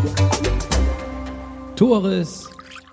Tores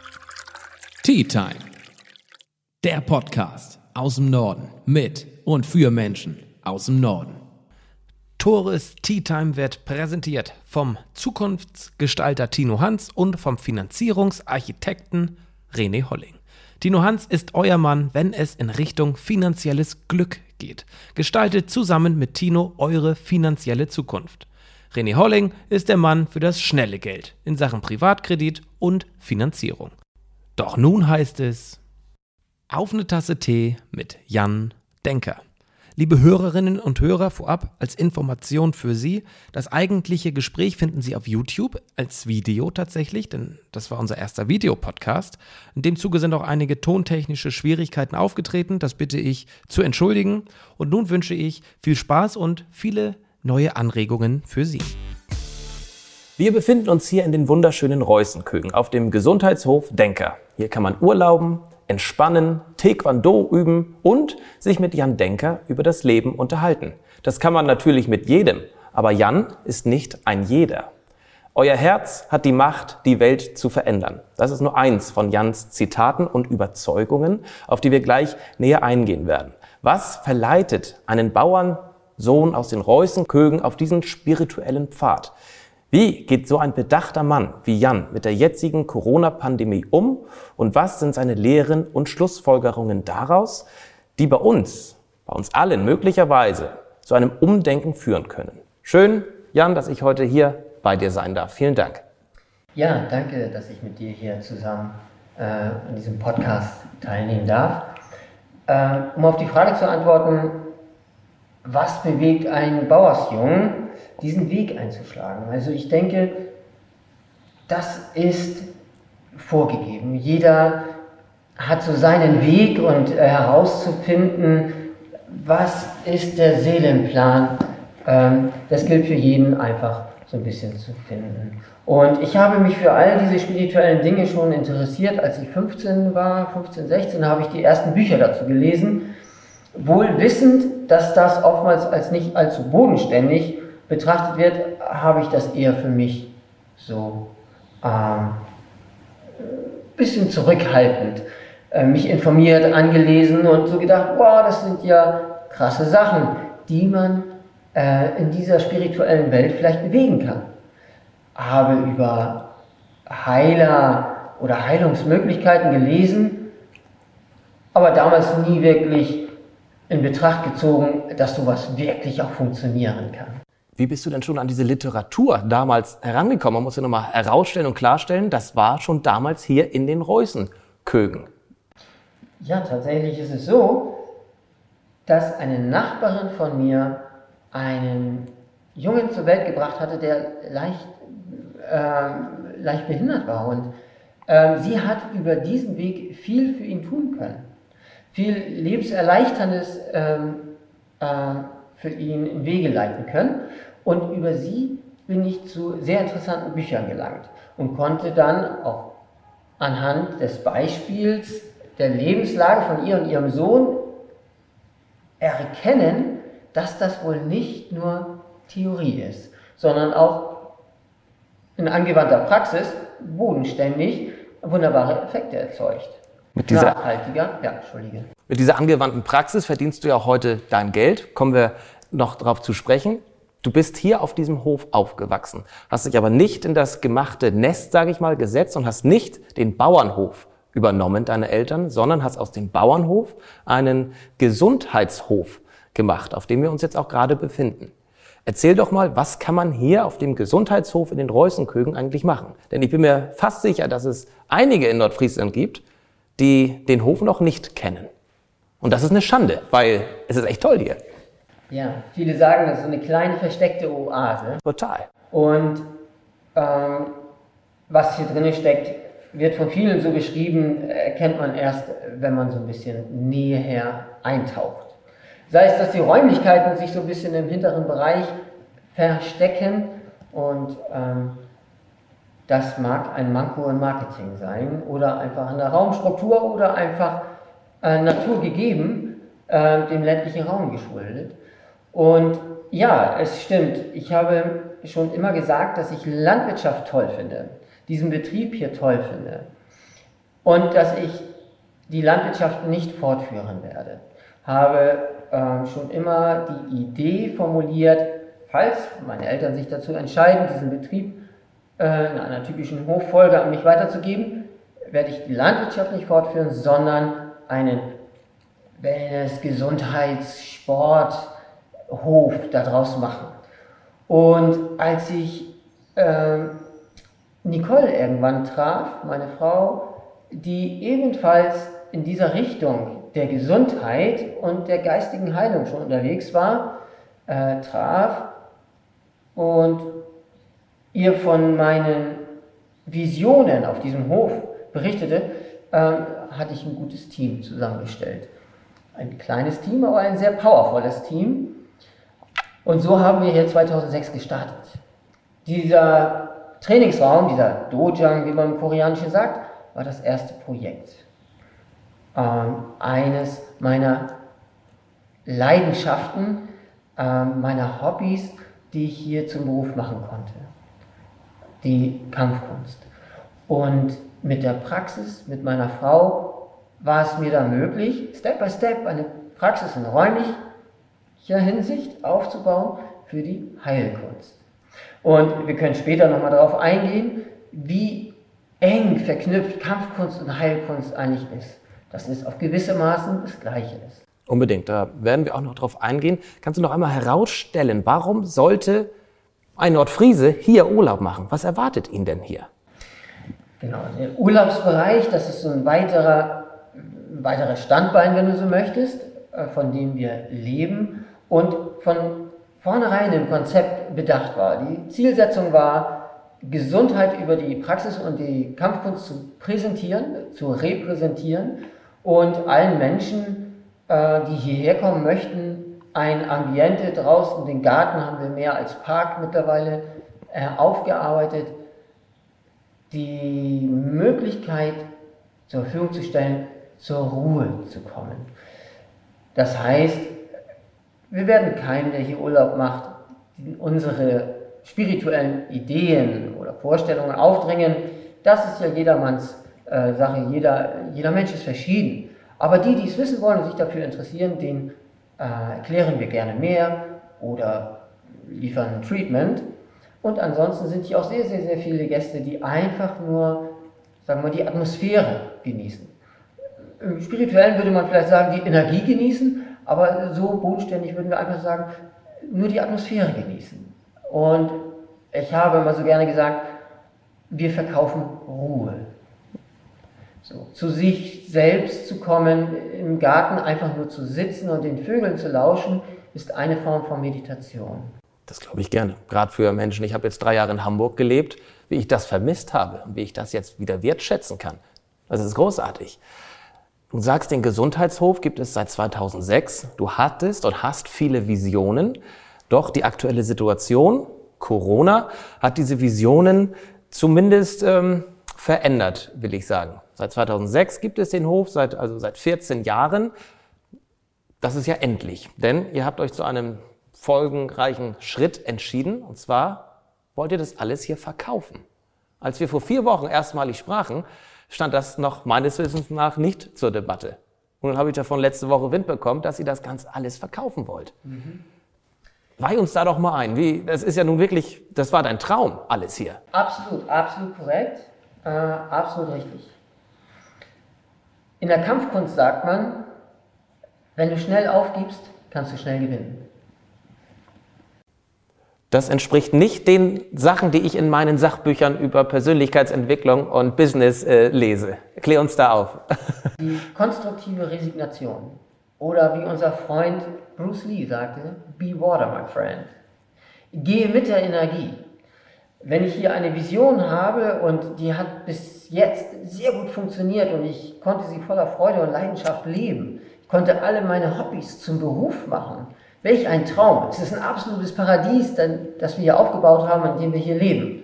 Tea Time, der Podcast aus dem Norden mit und für Menschen aus dem Norden. Tores Tea Time wird präsentiert vom Zukunftsgestalter Tino Hans und vom Finanzierungsarchitekten René Holling. Tino Hans ist euer Mann, wenn es in Richtung finanzielles Glück geht. Gestaltet zusammen mit Tino eure finanzielle Zukunft. René Holling ist der Mann für das schnelle Geld in Sachen Privatkredit und Finanzierung. Doch nun heißt es auf eine Tasse Tee mit Jan Denker. Liebe Hörerinnen und Hörer, vorab als Information für Sie, das eigentliche Gespräch finden Sie auf YouTube als Video tatsächlich, denn das war unser erster Videopodcast. In dem Zuge sind auch einige tontechnische Schwierigkeiten aufgetreten, das bitte ich zu entschuldigen. Und nun wünsche ich viel Spaß und viele neue Anregungen für Sie. Wir befinden uns hier in den wunderschönen Reußenkögen auf dem Gesundheitshof Denker. Hier kann man urlauben, entspannen, Taekwondo üben und sich mit Jan Denker über das Leben unterhalten. Das kann man natürlich mit jedem, aber Jan ist nicht ein jeder. Euer Herz hat die Macht, die Welt zu verändern. Das ist nur eins von Jans Zitaten und Überzeugungen, auf die wir gleich näher eingehen werden. Was verleitet einen Bauernsohn aus den Reußenkögen auf diesen spirituellen Pfad? Wie geht so ein bedachter Mann wie Jan mit der jetzigen Corona-Pandemie um und was sind seine Lehren und Schlussfolgerungen daraus, die bei uns allen möglicherweise zu einem Umdenken führen können? Schön, Jan, dass ich heute hier bei dir sein darf. Vielen Dank. Ja, danke, dass ich mit dir hier zusammen an diesem Podcast teilnehmen darf. Um auf die Frage zu antworten, was bewegt einen Bauersjungen, diesen Weg einzuschlagen? Also ich denke, das ist vorgegeben. Jeder hat so seinen Weg und herauszufinden, was ist der Seelenplan, das gilt für jeden einfach so ein bisschen zu finden. Und ich habe mich für all diese spirituellen Dinge schon interessiert. Als ich 15 war, 15, 16, habe ich die ersten Bücher dazu gelesen, wohl wissend, dass das oftmals als nicht allzu bodenständig betrachtet wird, habe ich das eher für mich so bisschen zurückhaltend mich informiert, angelesen und so gedacht, wow, das sind ja krasse Sachen, die man in dieser spirituellen Welt vielleicht bewegen kann. Habe über Heiler oder Heilungsmöglichkeiten gelesen, aber damals nie wirklich in Betracht gezogen, dass sowas wirklich auch funktionieren kann. Wie bist du denn schon an diese Literatur damals herangekommen? Man muss ja nochmal herausstellen und klarstellen, das war schon damals hier in den Reußenkögen. Ja, tatsächlich ist es so, dass eine Nachbarin von mir einen Jungen zur Welt gebracht hatte, der leicht behindert war. Und sie hat über diesen Weg viel für ihn tun können. Viel Lebenserleichterndes für ihn in Wege leiten können. Und über sie bin ich zu sehr interessanten Büchern gelangt und konnte dann auch anhand des Beispiels der Lebenslage von ihr und ihrem Sohn erkennen, dass das wohl nicht nur Theorie ist, sondern auch in angewandter Praxis bodenständig wunderbare Effekte erzeugt. Mit dieser angewandten Praxis verdienst du ja auch heute dein Geld. Kommen wir noch darauf zu sprechen. Du bist hier auf diesem Hof aufgewachsen, hast dich aber nicht in das gemachte Nest, sage ich mal, gesetzt und hast nicht den Bauernhof übernommen, deine Eltern, sondern hast aus dem Bauernhof einen Gesundheitshof gemacht, auf dem wir uns jetzt auch gerade befinden. Erzähl doch mal, was kann man hier auf dem Gesundheitshof in den Reußenkögen eigentlich machen? Denn ich bin mir fast sicher, dass es einige in Nordfriesland gibt, die den Hof noch nicht kennen. Und das ist eine Schande, weil es ist echt toll hier. Ja, viele sagen, das ist so eine kleine versteckte Oase. Total. Und was hier drin steckt, wird von vielen so beschrieben, erkennt man erst, wenn man so ein bisschen näher eintaucht. Sei es, dass die Räumlichkeiten sich so ein bisschen im hinteren Bereich verstecken und das mag ein Manko im Marketing sein oder einfach an der Raumstruktur oder einfach naturgegeben, dem ländlichen Raum geschuldet. Und ja, es stimmt, ich habe schon immer gesagt, dass ich Landwirtschaft toll finde, diesen Betrieb hier toll finde und dass ich die Landwirtschaft nicht fortführen werde. Habe schon immer die Idee formuliert, falls meine Eltern sich dazu entscheiden, diesen Betrieb in einer typischen Hoffolge an mich weiterzugeben, werde ich die Landwirtschaft nicht fortführen, sondern einen Wellness-, Gesundheits-, Sport-Hof daraus machen. Und als ich Nicole irgendwann traf, meine Frau, die ebenfalls in dieser Richtung der Gesundheit und der geistigen Heilung schon unterwegs war, traf und ihr von meinen Visionen auf diesem Hof berichtete, hatte ich ein gutes Team zusammengestellt. Ein kleines Team, aber ein sehr powervolles Team. Und so haben wir hier 2006 gestartet. Dieser Trainingsraum, dieser Dojang, wie man im Koreanischen sagt, war das erste Projekt. Eines meiner Leidenschaften, meiner Hobbys, die ich hier zum Beruf machen konnte. Die Kampfkunst. Und mit der Praxis, mit meiner Frau, war es mir dann möglich, Step by Step eine Praxis in räumlicher Hinsicht aufzubauen für die Heilkunst. Und wir können später nochmal darauf eingehen, wie eng verknüpft Kampfkunst und Heilkunst eigentlich ist. Dass es auf gewisse Maßen das Gleiche ist. Unbedingt, da werden wir auch noch drauf eingehen. Kannst du noch einmal herausstellen, warum sollte ein Nordfriese hier Urlaub machen? Was erwartet ihn denn hier? Genau, der Urlaubsbereich, das ist so ein weiteres Standbein, wenn du so möchtest, von dem wir leben und von vornherein im Konzept bedacht war. Die Zielsetzung war, Gesundheit über die Praxis und die Kampfkunst zu präsentieren, zu repräsentieren und allen Menschen, die hierher kommen möchten, ein Ambiente draußen, den Garten haben wir mehr als Park mittlerweile aufgearbeitet, die Möglichkeit zur Verfügung zu stellen, zur Ruhe zu kommen. Das heißt, wir werden keinem, der hier Urlaub macht, unsere spirituellen Ideen oder Vorstellungen aufdrängen. Das ist ja jedermanns Sache, jeder Mensch ist verschieden. Aber die es wissen wollen und sich dafür interessieren, denen erklären wir gerne mehr oder liefern ein Treatment. Und ansonsten sind hier auch sehr, sehr, sehr viele Gäste, die einfach nur, sagen wir mal, die Atmosphäre genießen. Im Spirituellen würde man vielleicht sagen, die Energie genießen, aber so bodenständig würden wir einfach sagen, nur die Atmosphäre genießen. Und ich habe immer so gerne gesagt, wir verkaufen Ruhe. So, zu sich selbst zu kommen, im Garten einfach nur zu sitzen und den Vögeln zu lauschen, ist eine Form von Meditation. Das glaube ich gerne. Gerade für Menschen, ich habe jetzt 3 Jahre in Hamburg gelebt, wie ich das vermisst habe und wie ich das jetzt wieder wertschätzen kann. Das ist großartig. Du sagst, den Gesundheitshof gibt es seit 2006. Du hattest und hast viele Visionen. Doch die aktuelle Situation, Corona, hat diese Visionen zumindest verändert, will ich sagen. Seit 2006 gibt es den Hof, seit 14 Jahren. Das ist ja endlich, denn ihr habt euch zu einem folgenreichen Schritt entschieden. Und zwar wollt ihr das alles hier verkaufen. Als wir vor 4 Wochen erstmalig sprachen, stand das noch meines Wissens nach nicht zur Debatte. Und dann habe ich davon letzte Woche Wind bekommen, dass ihr das ganz alles verkaufen wollt. Weih uns da doch mal ein. Das ist ja nun wirklich, das war dein Traum, alles hier. Absolut, absolut korrekt, absolut richtig. In der Kampfkunst sagt man, wenn du schnell aufgibst, kannst du schnell gewinnen. Das entspricht nicht den Sachen, die ich in meinen Sachbüchern über Persönlichkeitsentwicklung und Business lese. Klär uns da auf. Die konstruktive Resignation. Oder wie unser Freund Bruce Lee sagte, be water, my friend. Gehe mit der Energie. Wenn ich hier eine Vision habe und die hat bis jetzt sehr gut funktioniert und ich konnte sie voller Freude und Leidenschaft leben, ich konnte alle meine Hobbys zum Beruf machen. Welch ein Traum. Es ist ein absolutes Paradies, das wir hier aufgebaut haben, in dem wir hier leben.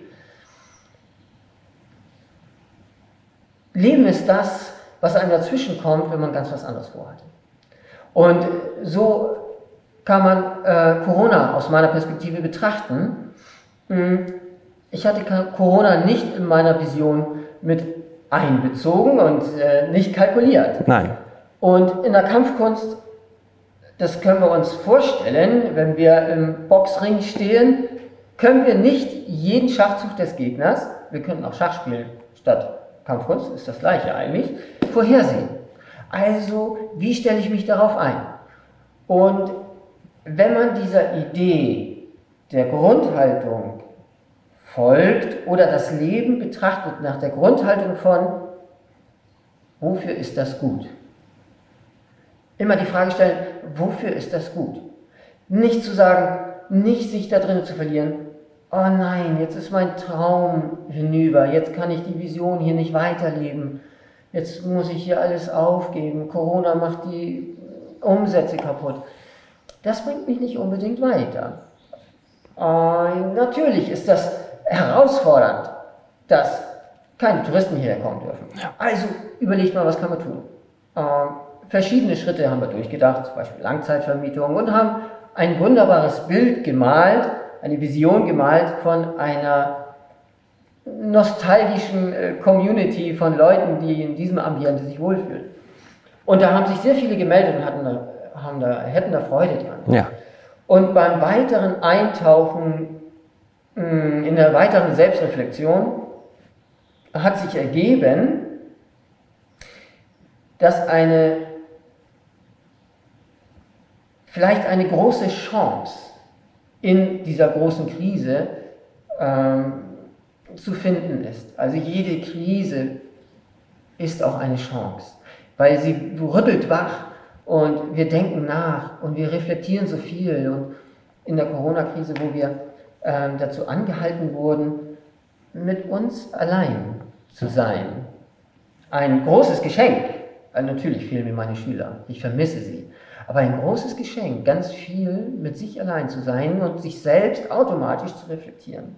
Leben ist das, was einem dazwischen kommt, wenn man ganz was anderes vorhat. Und so kann man Corona aus meiner Perspektive betrachten. Ich hatte Corona nicht in meiner Vision mit einbezogen und nicht kalkuliert. Nein. Und in der Kampfkunst, das können wir uns vorstellen, wenn wir im Boxring stehen, können wir nicht jeden Schachzug des Gegners, wir können auch Schach spielen statt Kampfkunst, ist das gleiche eigentlich, vorhersehen. Also, wie stelle ich mich darauf ein? Und wenn man dieser Idee der Grundhaltung folgt oder das Leben betrachtet nach der Grundhaltung von, wofür ist das gut? Immer die Frage stellen, wofür ist das gut? Nicht zu sagen, nicht sich da drin zu verlieren, oh nein, jetzt ist mein Traum hinüber, jetzt kann ich die Vision hier nicht weiterleben, jetzt muss ich hier alles aufgeben, Corona macht die Umsätze kaputt. Das bringt mich nicht unbedingt weiter. Natürlich ist das herausfordernd, dass keine Touristen hierher kommen dürfen. Also überlegt mal, was kann man tun. Verschiedene Schritte haben wir durchgedacht, zum Beispiel Langzeitvermietung, und haben ein wunderbares Bild gemalt, eine Vision gemalt von einer nostalgischen Community von Leuten, die in diesem Ambiente sich wohlfühlen. Und da haben sich sehr viele gemeldet und hätten da Freude dran. Ja. Und beim weiteren Eintauchen in der weiteren Selbstreflexion hat sich ergeben, dass vielleicht eine große Chance in dieser großen Krise zu finden ist. Also jede Krise ist auch eine Chance, weil sie rüttelt wach und wir denken nach und wir reflektieren so viel. Und in der Corona-Krise, wo wir dazu angehalten wurden, mit uns allein zu sein, ein großes Geschenk. Natürlich fehlen mir meine Schüler, ich vermisse sie. Aber ein großes Geschenk, ganz viel mit sich allein zu sein und sich selbst automatisch zu reflektieren.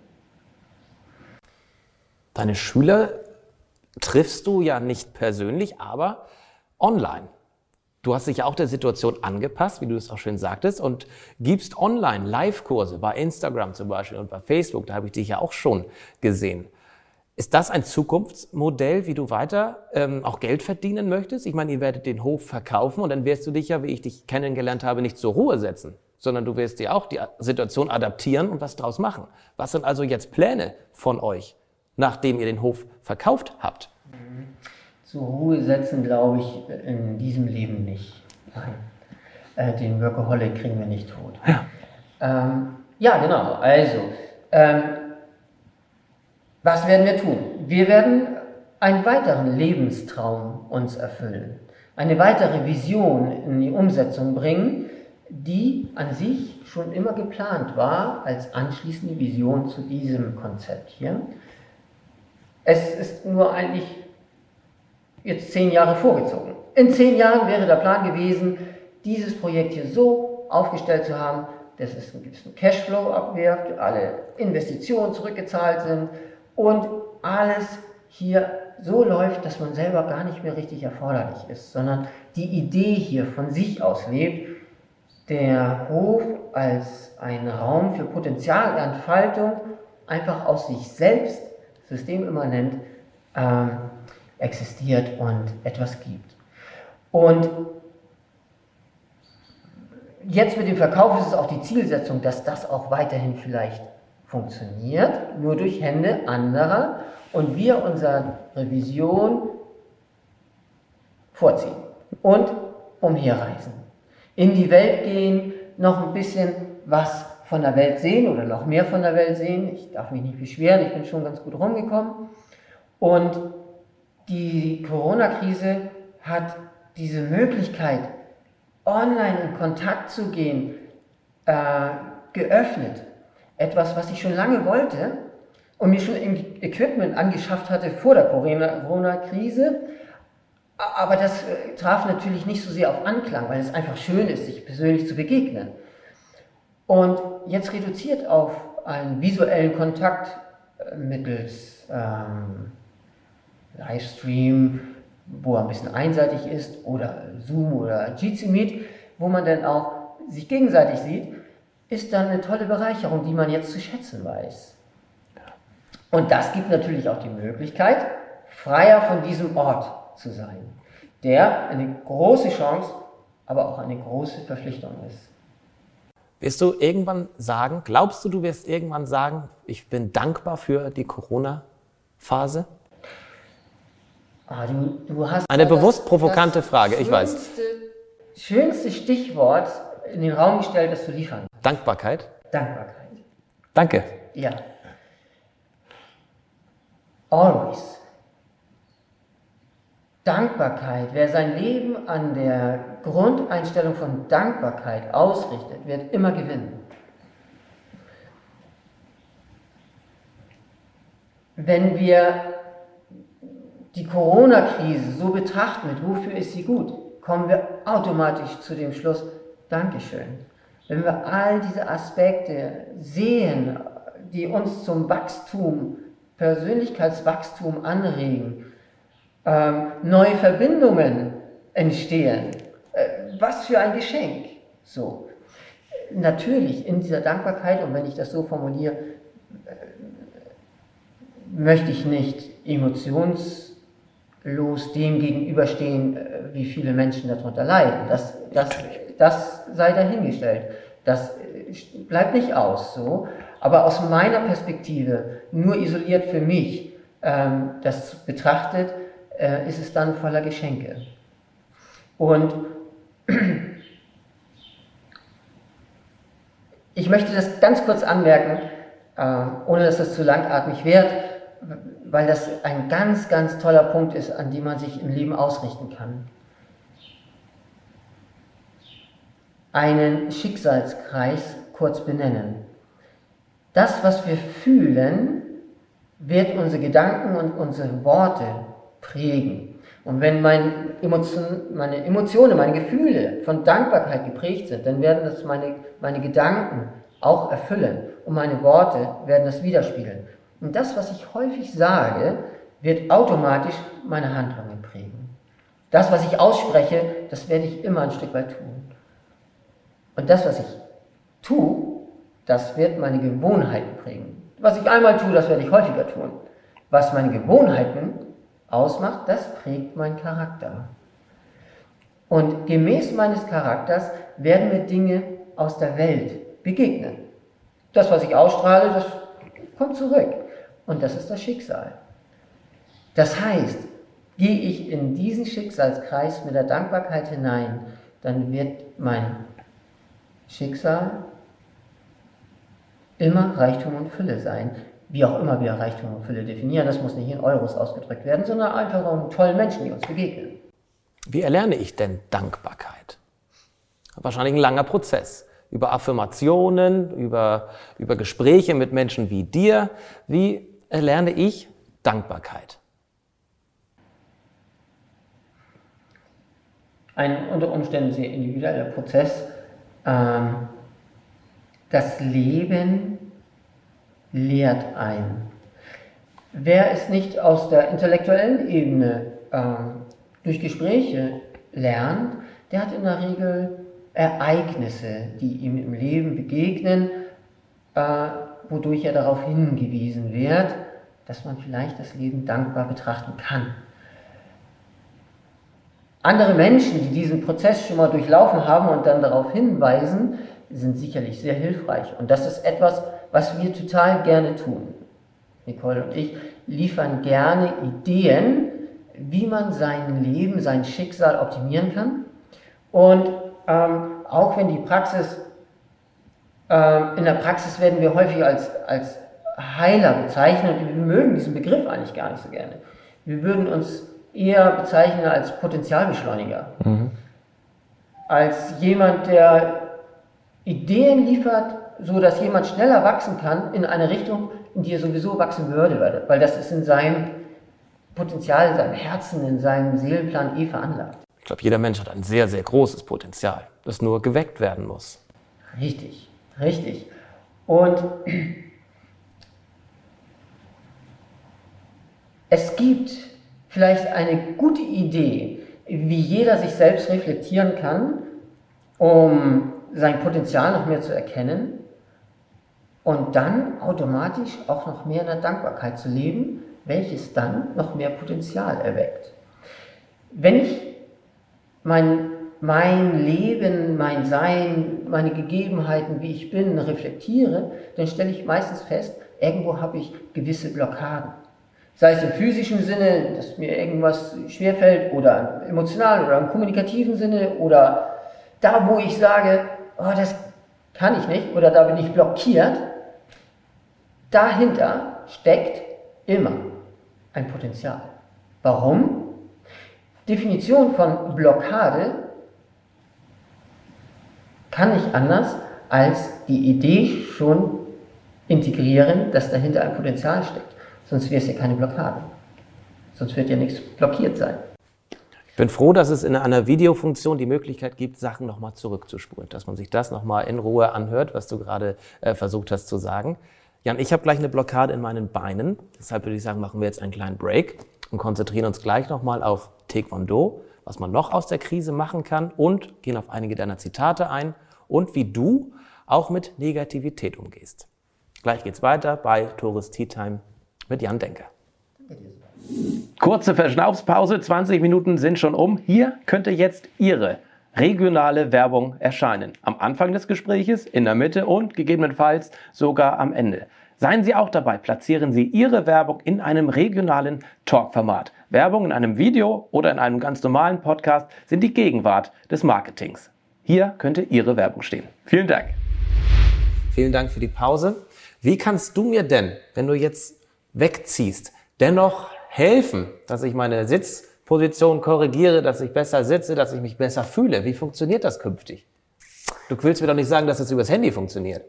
Deine Schüler triffst du ja nicht persönlich, aber online. Du hast dich ja auch der Situation angepasst, wie du es auch schön sagtest, und gibst online Live-Kurse bei Instagram zum Beispiel und bei Facebook. Da habe ich dich ja auch schon gesehen. Ist das ein Zukunftsmodell, wie du weiter auch Geld verdienen möchtest? Ich meine, ihr werdet den Hof verkaufen und dann wirst du dich ja, wie ich dich kennengelernt habe, nicht zur Ruhe setzen, sondern du wirst dir auch die Situation adaptieren und was draus machen. Was sind also jetzt Pläne von euch, nachdem ihr den Hof verkauft habt? Zur Ruhe setzen, glaube ich, in diesem Leben nicht. Nein. Den Workaholic kriegen wir nicht tot. Ja, genau. Also, was werden wir tun? Wir werden einen weiteren Lebenstraum uns erfüllen. Eine weitere Vision in die Umsetzung bringen, die an sich schon immer geplant war als anschließende Vision zu diesem Konzept hier. Es ist nur eigentlich jetzt 10 Jahre vorgezogen. In 10 Jahren wäre der Plan gewesen, dieses Projekt hier so aufgestellt zu haben, dass es einen gewissen Cashflow abwirft, alle Investitionen zurückgezahlt sind und alles hier so läuft, dass man selber gar nicht mehr richtig erforderlich ist, sondern die Idee hier von sich aus lebt, der Hof als ein Raum für Potenzialentfaltung einfach aus sich selbst, systemimmanent, existiert und etwas gibt. Und jetzt mit dem Verkauf ist es auch die Zielsetzung, dass das auch weiterhin vielleicht funktioniert, nur durch Hände anderer und wir unsere Vision vorziehen und umherreisen. In die Welt gehen, noch ein bisschen was von der Welt sehen oder noch mehr von der Welt sehen. Ich darf mich nicht beschweren, ich bin schon ganz gut rumgekommen. Und die Corona-Krise hat diese Möglichkeit, online in Kontakt zu gehen, geöffnet. Etwas, was ich schon lange wollte und mir schon Equipment angeschafft hatte vor der Corona-Krise. Aber das traf natürlich nicht so sehr auf Anklang, weil es einfach schön ist, sich persönlich zu begegnen. Und jetzt reduziert auf einen visuellen Kontakt mittels Livestream, wo er ein bisschen einseitig ist, oder Zoom oder Jitsi Meet, wo man dann auch sich gegenseitig sieht, ist dann eine tolle Bereicherung, die man jetzt zu schätzen weiß. Und das gibt natürlich auch die Möglichkeit, freier von diesem Ort zu sein, der eine große Chance, aber auch eine große Verpflichtung ist. Wirst du irgendwann sagen, glaubst du wirst irgendwann sagen, ich bin dankbar für die Corona-Phase? Du hast Eine bewusst provokante Frage, ich weiß. Schönste Stichwort in den Raum gestellt, das du liefern. Dankbarkeit? Dankbarkeit. Danke. Ja. Always. Dankbarkeit. Wer sein Leben an der Grundeinstellung von Dankbarkeit ausrichtet, wird immer gewinnen. Wenn wir die Corona-Krise so betrachten, mit wofür ist sie gut, kommen wir automatisch zu dem Schluss, Dankeschön. Wenn wir all diese Aspekte sehen, die uns zum Wachstum, Persönlichkeitswachstum anregen, neue Verbindungen entstehen, was für ein Geschenk. So. Natürlich in dieser Dankbarkeit, und wenn ich das so formuliere, möchte ich nicht emotionslos dem gegenüberstehen, wie viele Menschen darunter leiden. Das sei dahingestellt. Das bleibt nicht aus so. Aber aus meiner Perspektive, nur isoliert für mich, das betrachtet, ist es dann voller Geschenke. Und ich möchte das ganz kurz anmerken, ohne dass das zu langatmig wird, weil das ein ganz, ganz toller Punkt ist, an dem man sich im Leben ausrichten kann. Einen Schicksalskreis kurz benennen. Das, was wir fühlen, wird unsere Gedanken und unsere Worte prägen. Und wenn meine Emotionen, meine Gefühle von Dankbarkeit geprägt sind, dann werden das meine Gedanken auch erfüllen und meine Worte werden das widerspiegeln. Und das, was ich häufig sage, wird automatisch meine Handlungen prägen. Das, was ich ausspreche, das werde ich immer ein Stück weit tun. Und das, was ich tue, das wird meine Gewohnheiten prägen. Was ich einmal tue, das werde ich häufiger tun. Was meine Gewohnheiten ausmacht, das prägt meinen Charakter. Und gemäß meines Charakters werden mir Dinge aus der Welt begegnen. Das, was ich ausstrahle, das kommt zurück. Und das ist das Schicksal. Das heißt, gehe ich in diesen Schicksalskreis mit der Dankbarkeit hinein, dann wird mein Schicksal immer Reichtum und Fülle sein. Wie auch immer wir Reichtum und Fülle definieren, das muss nicht in Euros ausgedrückt werden, sondern einfach um tollen Menschen, die uns begegnen. Wie erlerne ich denn Dankbarkeit? Wahrscheinlich ein langer Prozess. Über Affirmationen, über Gespräche mit Menschen wie dir. Wie erlerne ich Dankbarkeit? Ein unter Umständen sehr individueller Prozess. Das Leben lehrt ein. Wer es nicht aus der intellektuellen Ebene durch Gespräche lernt, der hat in der Regel Ereignisse, die ihm im Leben begegnen, wodurch er darauf hingewiesen wird, dass man vielleicht das Leben dankbar betrachten kann. Andere Menschen, die diesen Prozess schon mal durchlaufen haben und dann darauf hinweisen, sind sicherlich sehr hilfreich. Und das ist etwas, was wir total gerne tun. Nicole und ich liefern gerne Ideen, wie man sein Leben, sein Schicksal optimieren kann. Und auch wenn die Praxis, in der Praxis werden wir häufig als Heiler bezeichnet und wir mögen diesen Begriff eigentlich gar nicht so gerne. Wir würden uns eher bezeichnen als Potenzialbeschleuniger. Als jemand, der Ideen liefert, so dass jemand schneller wachsen kann in eine Richtung, in die er sowieso wachsen würde, weil das ist in seinem Potenzial, in seinem Herzen, in seinem Seelenplan veranlagt. Ich glaube, jeder Mensch hat ein sehr, sehr großes Potenzial, das nur geweckt werden muss. Richtig, richtig. Und es gibt vielleicht eine gute Idee, wie jeder sich selbst reflektieren kann, um sein Potenzial noch mehr zu erkennen. und dann automatisch auch noch mehr in der Dankbarkeit zu leben, welches dann noch mehr Potenzial erweckt. Wenn ich mein Leben, mein Sein, meine Gegebenheiten, wie ich bin, reflektiere, dann stelle ich meistens fest, irgendwo habe ich gewisse Blockaden. Sei es im physischen Sinne, dass mir irgendwas schwerfällt, oder im emotionalen oder im kommunikativen Sinne, oder da, wo ich sage, oh, das kann ich nicht, oder da bin ich blockiert. Dahinter steckt immer ein Potenzial. Warum? Definition von Blockade kann nicht anders als die Idee schon integrieren, dass dahinter ein Potenzial steckt. Sonst wäre es ja keine Blockade. Sonst wird ja nichts blockiert sein. Ich bin froh, dass es in einer Videofunktion die Möglichkeit gibt, Sachen nochmal zurückzuspulen, dass man sich das nochmal in Ruhe anhört, was du gerade versucht hast zu sagen. Jan, ich habe gleich eine Blockade in meinen Beinen, deshalb würde ich sagen, machen wir jetzt einen kleinen Break und konzentrieren uns gleich nochmal auf Taekwondo, was man noch aus der Krise machen kann, und gehen auf einige deiner Zitate ein und wie du auch mit Negativität umgehst. Gleich geht's weiter bei Tores Tea Time mit Jan Denker. Kurze Verschnaufspause, 20 Minuten sind schon um. Hier könnte jetzt Ihre regionale Werbung erscheinen. Am Anfang des Gespräches, in der Mitte und gegebenenfalls sogar am Ende. Seien Sie auch dabei, platzieren Sie Ihre Werbung in einem regionalen Talkformat. Werbung in einem Video oder in einem ganz normalen Podcast sind die Gegenwart des Marketings. Hier könnte Ihre Werbung stehen. Vielen Dank. Vielen Dank für die Pause. Wie kannst du mir denn, wenn du jetzt wegziehst, dennoch helfen, dass ich meine Sitzposition korrigiere, dass ich besser sitze, dass ich mich besser fühle? Wie funktioniert das künftig? Du willst mir doch nicht sagen, dass es übers Handy funktioniert.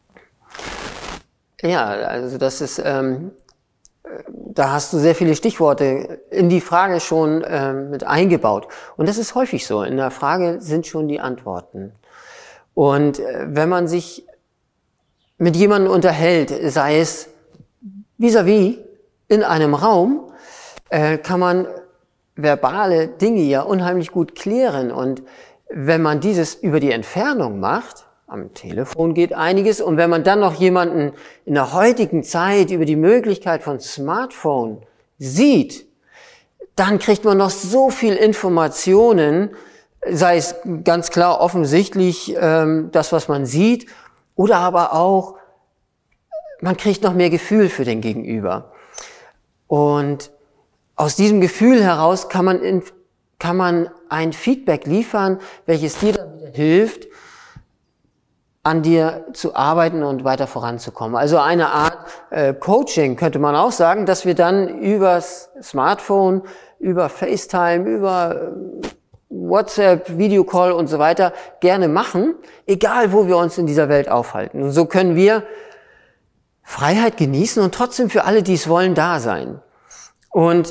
Ja, also das ist, da hast du sehr viele Stichworte in die Frage schon mit eingebaut. Und das ist häufig so. In der Frage sind schon die Antworten. Und wenn man sich mit jemandem unterhält, sei es vis-à-vis in einem Raum, kann man verbale Dinge ja unheimlich gut klären. Und wenn man dieses über die Entfernung macht, am Telefon geht einiges, und wenn man dann noch jemanden in der heutigen Zeit über die Möglichkeit von Smartphone sieht, dann kriegt man noch so viel Informationen, sei es ganz klar offensichtlich das, was man sieht, oder aber auch, man kriegt noch mehr Gefühl für den Gegenüber. Und aus diesem Gefühl heraus kann man ein Feedback liefern, welches dir dann wieder hilft, an dir zu arbeiten und weiter voranzukommen. Also eine Art Coaching könnte man auch sagen, dass wir dann übers Smartphone, über FaceTime, über WhatsApp, Videocall und so weiter gerne machen, egal wo wir uns in dieser Welt aufhalten. Und so können wir Freiheit genießen und trotzdem für alle, die es wollen, da sein. Und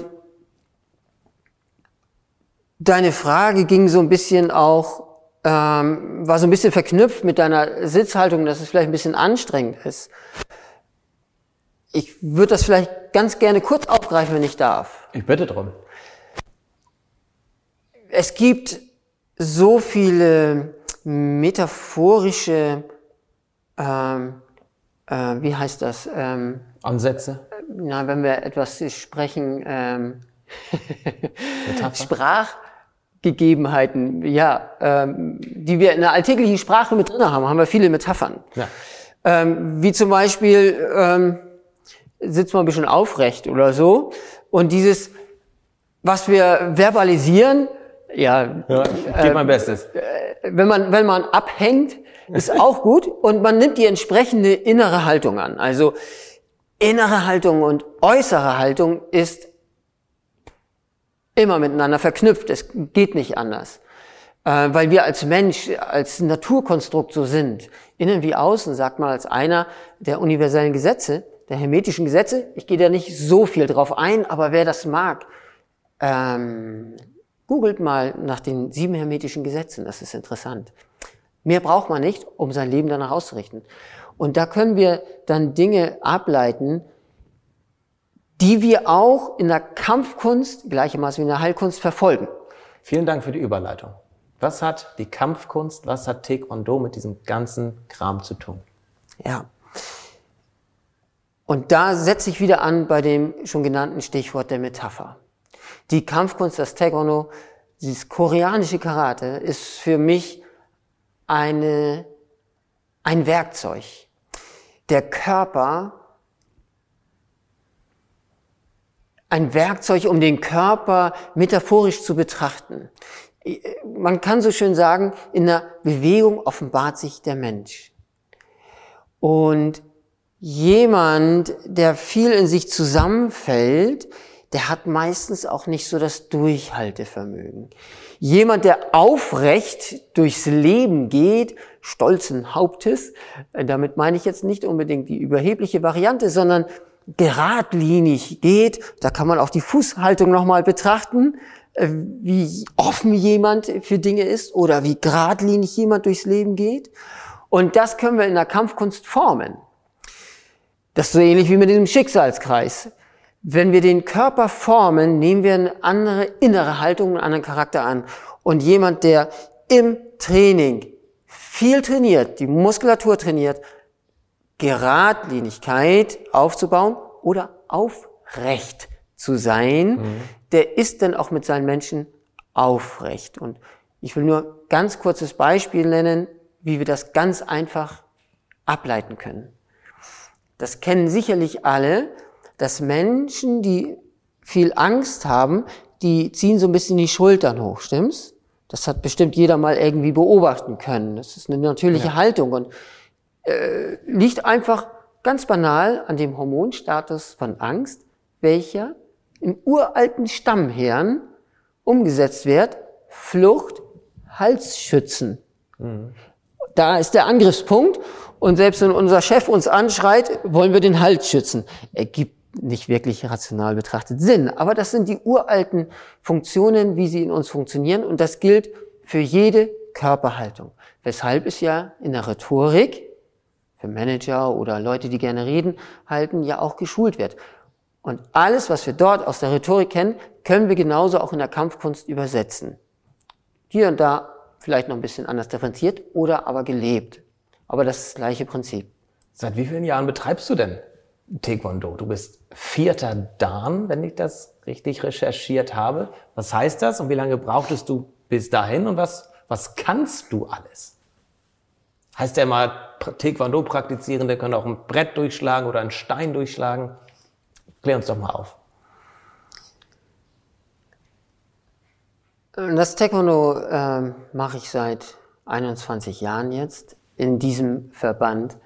deine Frage ging so ein bisschen auch, war so ein bisschen verknüpft mit deiner Sitzhaltung, dass es vielleicht ein bisschen anstrengend ist. Ich würde das vielleicht ganz gerne kurz aufgreifen, wenn ich darf. Ich bitte drum. Es gibt so viele metaphorische, wie heißt das? Ansätze? Na, wenn wir etwas sprechen, Sprachgegebenheiten, ja, die wir in der alltäglichen Sprache mit drin haben, haben wir viele Metaphern. Ja. Wie zum Beispiel, sitzt man ein bisschen aufrecht oder so, und dieses, was wir verbalisieren, ja, ich gebe mein Bestes. Wenn man abhängt, ist auch gut, und man nimmt die entsprechende innere Haltung an. Also innere Haltung und äußere Haltung ist immer miteinander verknüpft. Es geht nicht anders. Weil wir als Mensch, als Naturkonstrukt so sind. Innen wie außen, sagt man als einer der universellen Gesetze, der hermetischen Gesetze. Ich gehe da nicht so viel drauf ein, aber wer das mag, googelt mal nach den 7 hermetischen Gesetzen. Das ist interessant. Mehr braucht man nicht, um sein Leben danach auszurichten. Und da können wir dann Dinge ableiten, die wir auch in der Kampfkunst, gleichermaßen wie in der Heilkunst, verfolgen. Vielen Dank für die Überleitung. Was hat die Kampfkunst, was hat Taekwondo mit diesem ganzen Kram zu tun? Ja, Und da setze ich wieder an bei dem schon genannten Stichwort der Metapher. Die Kampfkunst, das Taekwondo, dieses koreanische Karate ist für mich ein Werkzeug. Der Körper, ein Werkzeug, um den Körper metaphorisch zu betrachten. Man kann so schön sagen, in der Bewegung offenbart sich der Mensch. Und jemand, der viel in sich zusammenfällt, der hat meistens auch nicht so das Durchhaltevermögen. Jemand, der aufrecht durchs Leben geht, stolzen Hauptes, damit meine ich jetzt nicht unbedingt die überhebliche Variante, sondern geradlinig geht, da kann man auch die Fußhaltung nochmal betrachten, wie offen jemand für Dinge ist oder wie geradlinig jemand durchs Leben geht. Und das können wir in der Kampfkunst formen. Das ist so ähnlich wie mit diesem Schicksalskreis. Wenn wir den Körper formen, nehmen wir eine andere innere Haltung, einen anderen Charakter an. Und jemand, der im Training viel trainiert, die Muskulatur trainiert, Geradlinigkeit aufzubauen oder aufrecht zu sein, der ist dann auch mit seinen Menschen aufrecht. Und ich will nur ganz kurzes Beispiel nennen, wie wir das ganz einfach ableiten können. Das kennen sicherlich alle, dass Menschen, die viel Angst haben, die ziehen so ein bisschen die Schultern hoch, stimmt's? Das hat bestimmt jeder mal irgendwie beobachten können. Das ist eine natürliche Haltung und liegt einfach ganz banal an dem Hormonstatus von Angst, welcher im uralten Stammhirn umgesetzt wird, Flucht, Halsschützen. Da ist der Angriffspunkt und selbst wenn unser Chef uns anschreit, wollen wir den Hals schützen. Ergibt nicht wirklich rational betrachtet Sinn, aber das sind die uralten Funktionen, wie sie in uns funktionieren und das gilt für jede Körperhaltung. Weshalb es ja in der Rhetorik für Manager oder Leute, die gerne reden, halten, ja auch geschult wird. Und alles, was wir dort aus der Rhetorik kennen, können wir genauso auch in der Kampfkunst übersetzen. Hier und da vielleicht noch ein bisschen anders differenziert oder aber gelebt. Aber das ist das gleiche Prinzip. Seit wie vielen Jahren betreibst du denn Taekwondo? Du bist 4. Dan, wenn ich das richtig recherchiert habe. Was heißt das und wie lange brauchtest du bis dahin und was kannst du alles? Heißt ja immer, Taekwondo-Praktizierende können auch ein Brett durchschlagen oder einen Stein durchschlagen. Klär uns doch mal auf. Das Taekwondo mache ich seit 21 Jahren jetzt in diesem Verband.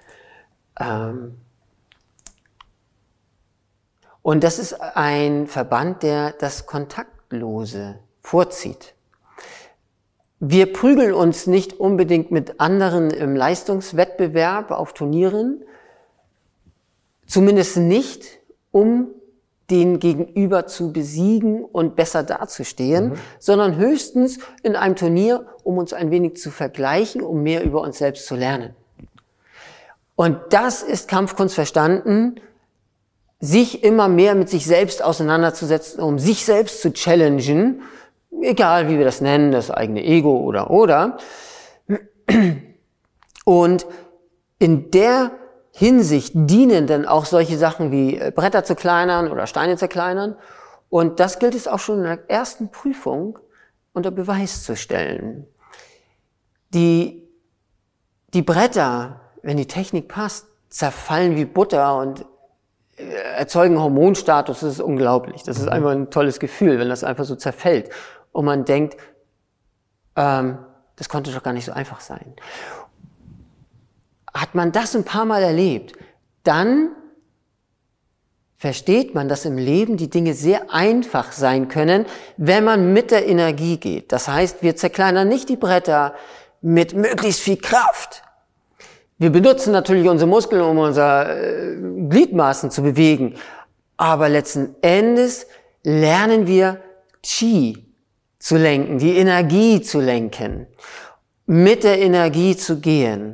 Und das ist ein Verband, der das Kontaktlose vorzieht. Wir prügeln uns nicht unbedingt mit anderen im Leistungswettbewerb auf Turnieren, zumindest nicht, um den Gegenüber zu besiegen und besser dazustehen, sondern höchstens in einem Turnier, um uns ein wenig zu vergleichen, um mehr über uns selbst zu lernen. Und das ist Kampfkunst verstanden, sich immer mehr mit sich selbst auseinanderzusetzen, um sich selbst zu challengen, egal wie wir das nennen, das eigene Ego oder. Und in der Hinsicht dienen dann auch solche Sachen wie Bretter zerkleinern oder Steine zerkleinern. Und das gilt es auch schon in der ersten Prüfung unter Beweis zu stellen. Die Bretter, wenn die Technik passt, zerfallen wie Butter und erzeugen Hormonstatus. Das ist unglaublich. Das ist einfach ein tolles Gefühl, wenn das einfach so zerfällt. Und man denkt, das konnte doch gar nicht so einfach sein. Hat man das ein paar Mal erlebt, dann versteht man, dass im Leben die Dinge sehr einfach sein können, wenn man mit der Energie geht. Das heißt, wir zerkleinern nicht die Bretter mit möglichst viel Kraft. Wir benutzen natürlich unsere Muskeln, um unsere Gliedmaßen zu bewegen. Aber letzten Endes lernen wir Qi zu lenken, die Energie zu lenken, mit der Energie zu gehen.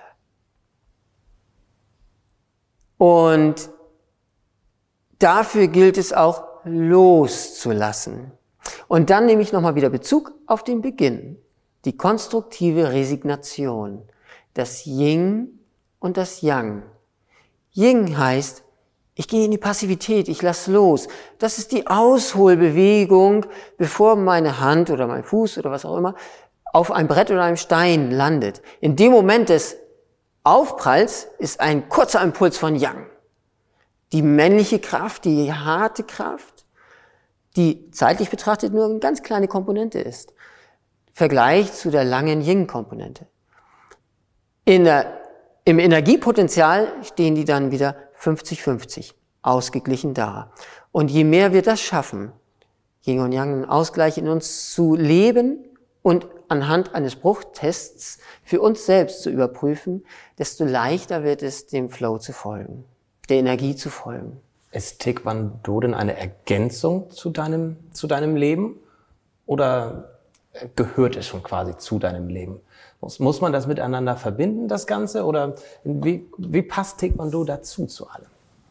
Und dafür gilt es auch loszulassen. Und dann nehme ich nochmal wieder Bezug auf den Beginn. Die konstruktive Resignation. Das Yin und das Yang. Yin heißt, Ich gehe in die Passivität, ich lasse los. Das ist die Ausholbewegung, bevor meine Hand oder mein Fuß oder was auch immer auf einem Brett oder einem Stein landet. In dem Moment des Aufpralls ist ein kurzer Impuls von Yang. Die männliche Kraft, die harte Kraft, die zeitlich betrachtet nur eine ganz kleine Komponente ist. Vergleich zu der langen Yin-Komponente. Im Energiepotenzial stehen die dann wieder 50-50, ausgeglichen da. Und je mehr wir das schaffen, Yin und Yang einen Ausgleich in uns zu leben und anhand eines Bruchtests für uns selbst zu überprüfen, desto leichter wird es, dem Flow zu folgen, der Energie zu folgen. Ist Taekwondo denn eine Ergänzung zu deinem Leben oder gehört es schon quasi zu deinem Leben? Muss man das miteinander verbinden, das Ganze? Oder wie passt Taekwondo dazu zu allem?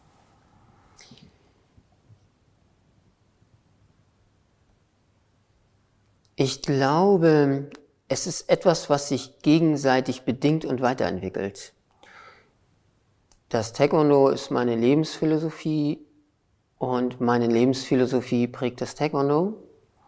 Ich glaube, es ist etwas, was sich gegenseitig bedingt und weiterentwickelt. Das Taekwondo ist meine Lebensphilosophie und meine Lebensphilosophie prägt das Taekwondo.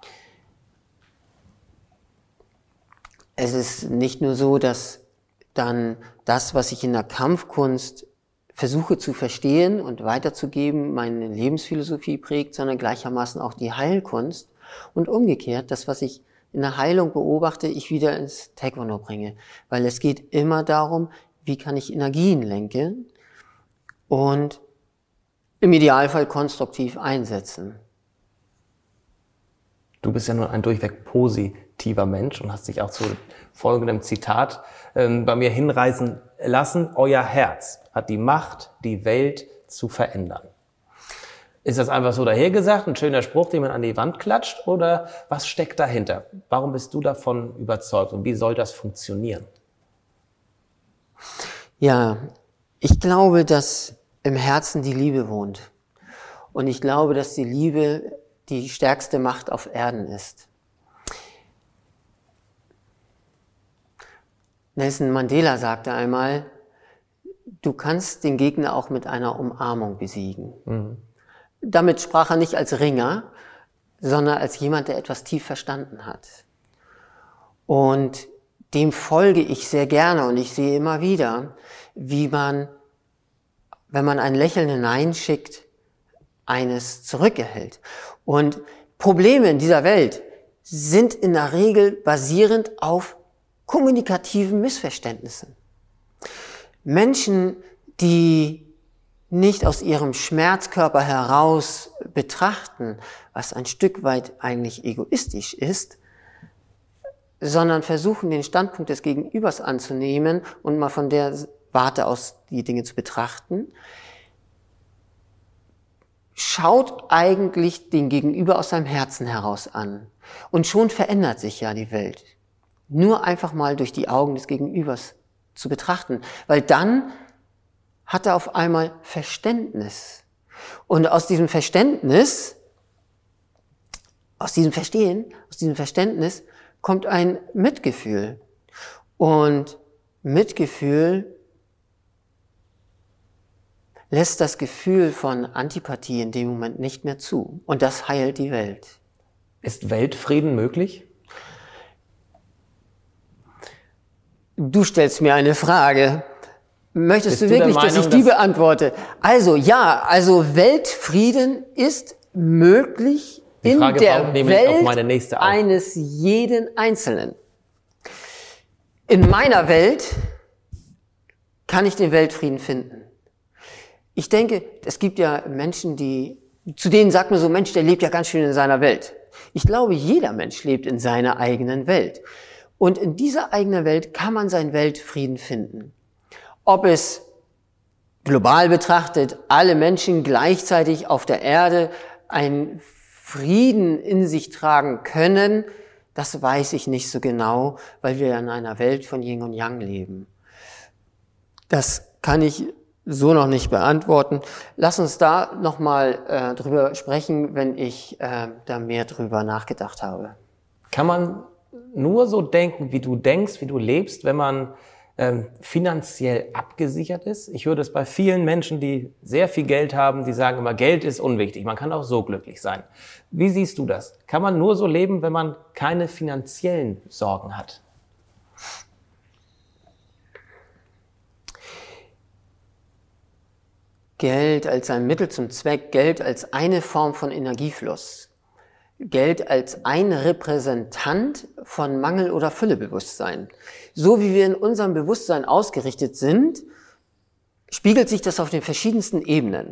Es ist nicht nur so, dass dann das, was ich in der Kampfkunst versuche zu verstehen und weiterzugeben, meine Lebensphilosophie prägt, sondern gleichermaßen auch die Heilkunst und umgekehrt, das, was ich in der Heilung beobachte, ich wieder ins Taekwondo bringe. Weil es geht immer darum, wie kann ich Energien lenken und im Idealfall konstruktiv einsetzen. Du bist ja nur ein durchweg positiver Mensch und hast dich auch zu folgendem Zitat bei mir hinreißen lassen. Euer Herz hat die Macht, die Welt zu verändern. Ist das einfach so dahergesagt, ein schöner Spruch, den man an die Wand klatscht, oder was steckt dahinter? Warum bist du davon überzeugt und wie soll das funktionieren? Ja, ich glaube, dass im Herzen die Liebe wohnt. Und ich glaube, dass die Liebe die stärkste Macht auf Erden ist. Nelson Mandela sagte einmal, du kannst den Gegner auch mit einer Umarmung besiegen. Mhm. Damit sprach er nicht als Ringer, sondern als jemand, der etwas tief verstanden hat. Und dem folge ich sehr gerne und ich sehe immer wieder, wie man, wenn man ein Lächeln hineinschickt, eines zurückerhält. Und Probleme in dieser Welt sind in der Regel basierend auf kommunikativen Missverständnissen. Menschen, die nicht aus ihrem Schmerzkörper heraus betrachten, was ein Stück weit eigentlich egoistisch ist, sondern versuchen, den Standpunkt des Gegenübers anzunehmen und mal von der Warte aus die Dinge zu betrachten, schaut eigentlich den Gegenüber aus seinem Herzen heraus an. Und schon verändert sich ja die Welt. Nur einfach mal durch die Augen des Gegenübers zu betrachten. Weil dann hat er auf einmal Verständnis. Und aus diesem Verständnis, aus diesem Verstehen, aus diesem Verständnis kommt ein Mitgefühl. Und Mitgefühl lässt das Gefühl von Antipathie in dem Moment nicht mehr zu. Und das heilt die Welt. Ist Weltfrieden möglich? Du stellst mir eine Frage. Möchtest du wirklich, dass ich die beantworte? Also ja, also Weltfrieden ist möglich in der Welt eines jeden Einzelnen. In meiner Welt kann ich den Weltfrieden finden. Ich denke, es gibt ja Menschen, zu denen sagt man so, Mensch, der lebt ja ganz schön in seiner Welt. Ich glaube, jeder Mensch lebt in seiner eigenen Welt. Und in dieser eigenen Welt kann man seinen Weltfrieden finden. Ob es global betrachtet alle Menschen gleichzeitig auf der Erde einen Frieden in sich tragen können, das weiß ich nicht so genau, weil wir in einer Welt von Yin und Yang leben. Das kann ich so noch nicht beantworten. Lass uns da nochmal drüber sprechen, wenn ich da mehr drüber nachgedacht habe. Kann man nur so denken, wie du denkst, wie du lebst, wenn man finanziell abgesichert ist? Ich höre das bei vielen Menschen, die sehr viel Geld haben, die sagen immer, Geld ist unwichtig, man kann auch so glücklich sein. Wie siehst du das? Kann man nur so leben, wenn man keine finanziellen Sorgen hat? Geld als ein Mittel zum Zweck, Geld als eine Form von Energiefluss, Geld als ein Repräsentant von Mangel- oder Füllebewusstsein. So wie wir in unserem Bewusstsein ausgerichtet sind, spiegelt sich das auf den verschiedensten Ebenen.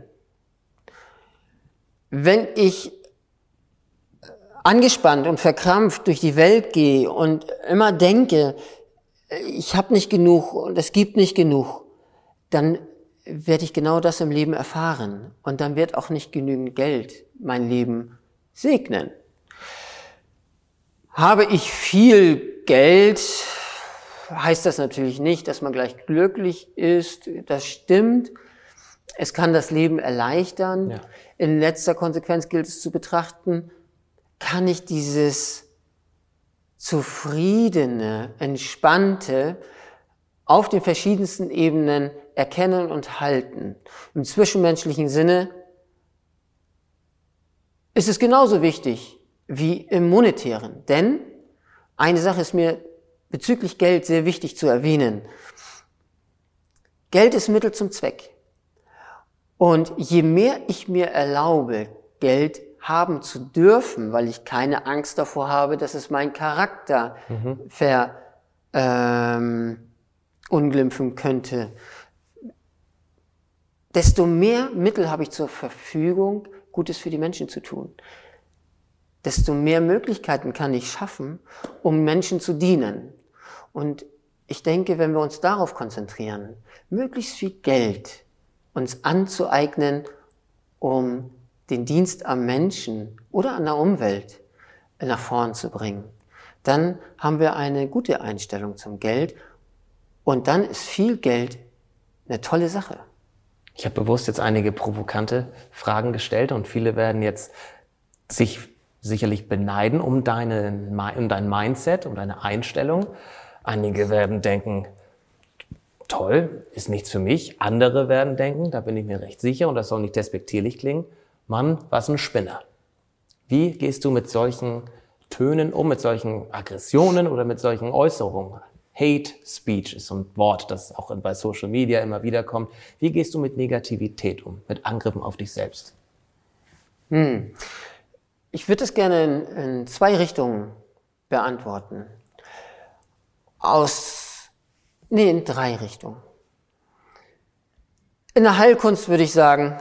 Wenn ich angespannt und verkrampft durch die Welt gehe und immer denke, ich habe nicht genug und es gibt nicht genug, dann werde ich genau das im Leben erfahren. Und dann wird auch nicht genügend Geld mein Leben segnen. Habe ich viel Geld, heißt das natürlich nicht, dass man gleich glücklich ist. Das stimmt. Es kann das Leben erleichtern. Ja. In letzter Konsequenz gilt es zu betrachten, kann ich dieses zufriedene, entspannte auf den verschiedensten Ebenen erkennen und halten. Im zwischenmenschlichen Sinne ist es genauso wichtig wie im monetären. Denn eine Sache ist mir bezüglich Geld sehr wichtig zu erwähnen. Geld ist Mittel zum Zweck. Und je mehr ich mir erlaube, Geld haben zu dürfen, weil ich keine Angst davor habe, dass es meinen Charakter verunglimpfen könnte, desto mehr Mittel habe ich zur Verfügung, Gutes für die Menschen zu tun. Desto mehr Möglichkeiten kann ich schaffen, um Menschen zu dienen. Und ich denke, wenn wir uns darauf konzentrieren, möglichst viel Geld uns anzueignen, um den Dienst am Menschen oder an der Umwelt nach vorn zu bringen, dann haben wir eine gute Einstellung zum Geld und dann ist viel Geld eine tolle Sache. Ich habe bewusst jetzt einige provokante Fragen gestellt und viele werden jetzt sich sicherlich beneiden um dein Mindset, um deine Einstellung. Einige werden denken, toll, ist nichts für mich. Andere werden denken, da bin ich mir recht sicher und das soll nicht despektierlich klingen, Mann, was ein Spinner. Wie gehst du mit solchen Tönen um, mit solchen Aggressionen oder mit solchen Äußerungen? Hate Speech ist so ein Wort, das auch bei Social Media immer wieder kommt. Wie gehst du mit Negativität um, mit Angriffen auf dich selbst? Ich würde es gerne in zwei Richtungen beantworten. In drei Richtungen. In der Heilkunst würde ich sagen,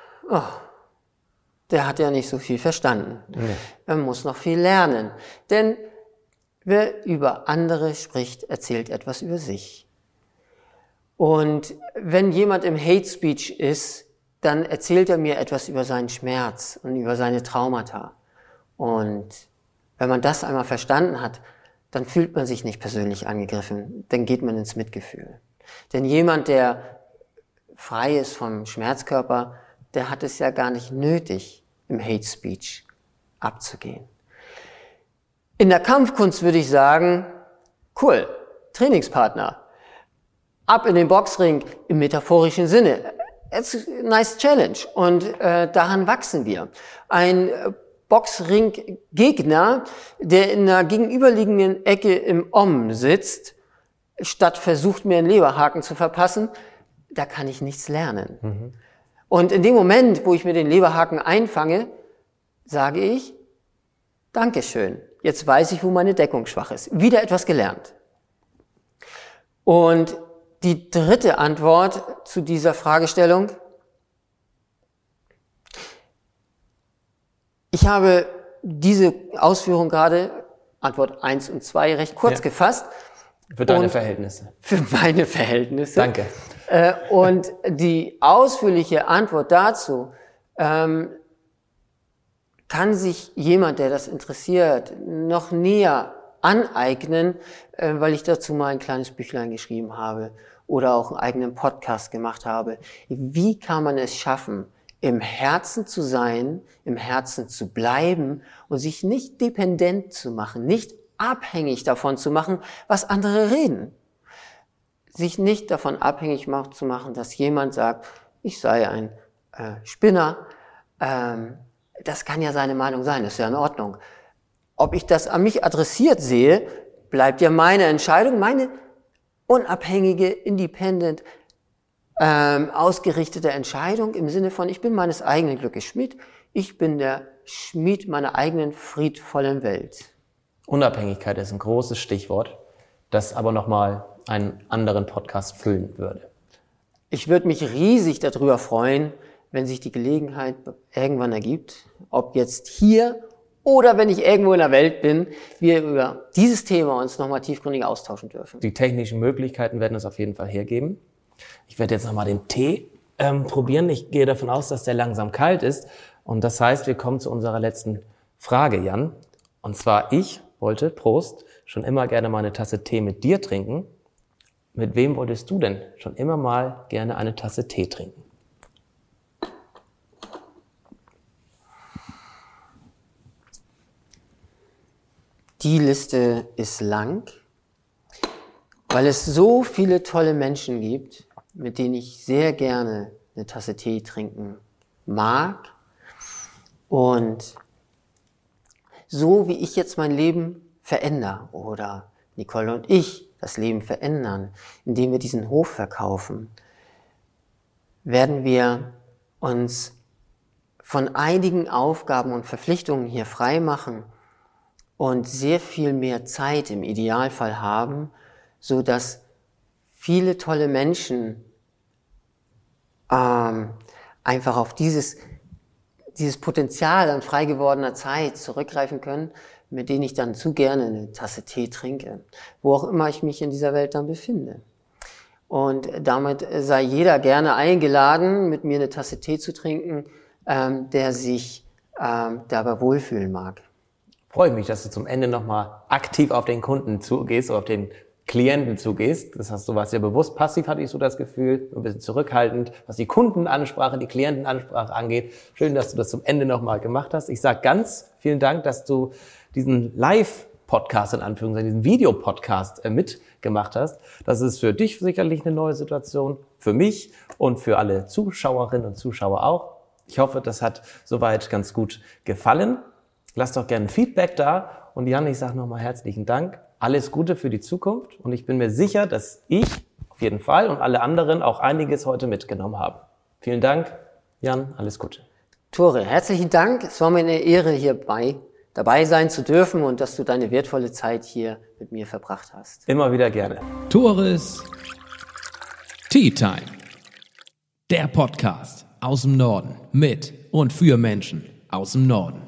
der hat ja nicht so viel verstanden. Nee. Er muss noch viel lernen. Denn wer über andere spricht, erzählt etwas über sich. Und wenn jemand im Hate Speech ist, dann erzählt er mir etwas über seinen Schmerz und über seine Traumata. Und wenn man das einmal verstanden hat, dann fühlt man sich nicht persönlich angegriffen, dann geht man ins Mitgefühl. Denn jemand, der frei ist vom Schmerzkörper, der hat es ja gar nicht nötig, im Hate Speech abzugehen. In der Kampfkunst würde ich sagen, cool, Trainingspartner, ab in den Boxring im metaphorischen Sinne. It's a nice challenge und daran wachsen wir. Ein Boxring-Gegner, der in einer gegenüberliegenden Ecke im Om sitzt, statt versucht, mir einen Leberhaken zu verpassen, da kann ich nichts lernen. Mhm. Und in dem Moment, wo ich mir den Leberhaken einfange, sage ich, Dankeschön, jetzt weiß ich, wo meine Deckung schwach ist. Wieder etwas gelernt. Und die dritte Antwort zu dieser Fragestellung: Ich habe diese Ausführung gerade, Antwort 1 und 2, recht kurz gefasst. Für deine Verhältnisse. Für meine Verhältnisse. Danke. Und die ausführliche Antwort dazu kann sich jemand, der das interessiert, noch näher aneignen, weil ich dazu mal ein kleines Büchlein geschrieben habe oder auch einen eigenen Podcast gemacht habe. Wie kann man es schaffen, im Herzen zu sein, im Herzen zu bleiben und sich nicht dependent zu machen, nicht abhängig davon zu machen, was andere reden. sich nicht davon abhängig zu machen, dass jemand sagt, ich sei ein Spinner. Das kann ja seine Meinung sein, das ist ja in Ordnung. Ob ich das an mich adressiert sehe, bleibt ja meine Entscheidung, meine unabhängige, independent, ausgerichtete Entscheidung im Sinne von, ich bin meines eigenen Glückes Schmied, ich bin der Schmied meiner eigenen friedvollen Welt. Unabhängigkeit ist ein großes Stichwort, das aber nochmal einen anderen Podcast füllen würde. Ich würde mich riesig darüber freuen, wenn sich die Gelegenheit irgendwann ergibt, ob jetzt hier oder wenn ich irgendwo in der Welt bin, wir über dieses Thema uns nochmal tiefgründig austauschen dürfen. Die technischen Möglichkeiten werden es auf jeden Fall hergeben. Ich werde jetzt nochmal den Tee probieren. Ich gehe davon aus, dass der langsam kalt ist. Und das heißt, wir kommen zu unserer letzten Frage, Jan. Und zwar, ich wollte, Prost, schon immer gerne mal eine Tasse Tee mit dir trinken. Mit wem wolltest du denn schon immer mal gerne eine Tasse Tee trinken? Die Liste ist lang, weil es so viele tolle Menschen gibt, mit denen ich sehr gerne eine Tasse Tee trinken mag. Und so wie ich jetzt mein Leben verändere oder Nicole und ich das Leben verändern, indem wir diesen Hof verkaufen, werden wir uns von einigen Aufgaben und Verpflichtungen hier frei machen und sehr viel mehr Zeit im Idealfall haben, so dass viele tolle Menschen einfach auf dieses Potenzial an frei gewordener Zeit zurückgreifen können, mit denen ich dann zu gerne eine Tasse Tee trinke, wo auch immer ich mich in dieser Welt dann befinde. Und damit sei jeder gerne eingeladen, mit mir eine Tasse Tee zu trinken, der sich dabei wohlfühlen mag. Freue mich, dass du zum Ende nochmal aktiv auf den Kunden zugehst oder auf den Klienten zugehst. Das heißt, du warst ja bewusst passiv, hatte ich so das Gefühl, ein bisschen zurückhaltend, was die Kundenansprache, die Klientenansprache angeht. Schön, dass du das zum Ende nochmal gemacht hast. Ich sage ganz vielen Dank, dass du diesen Live-Podcast, in Anführungszeichen, diesen Videopodcast mitgemacht hast. Das ist für dich sicherlich eine neue Situation, für mich und für alle Zuschauerinnen und Zuschauer auch. Ich hoffe, das hat soweit ganz gut gefallen. Lasst doch gerne ein Feedback da. Und Jan, ich sage nochmal herzlichen Dank. Alles Gute für die Zukunft. Und ich bin mir sicher, dass ich auf jeden Fall und alle anderen auch einiges heute mitgenommen haben. Vielen Dank, Jan. Alles Gute. Tore, herzlichen Dank. Es war mir eine Ehre, hier dabei sein zu dürfen und dass du deine wertvolle Zeit hier mit mir verbracht hast. Immer wieder gerne. Tores Tea Time. Der Podcast aus dem Norden mit und für Menschen aus dem Norden.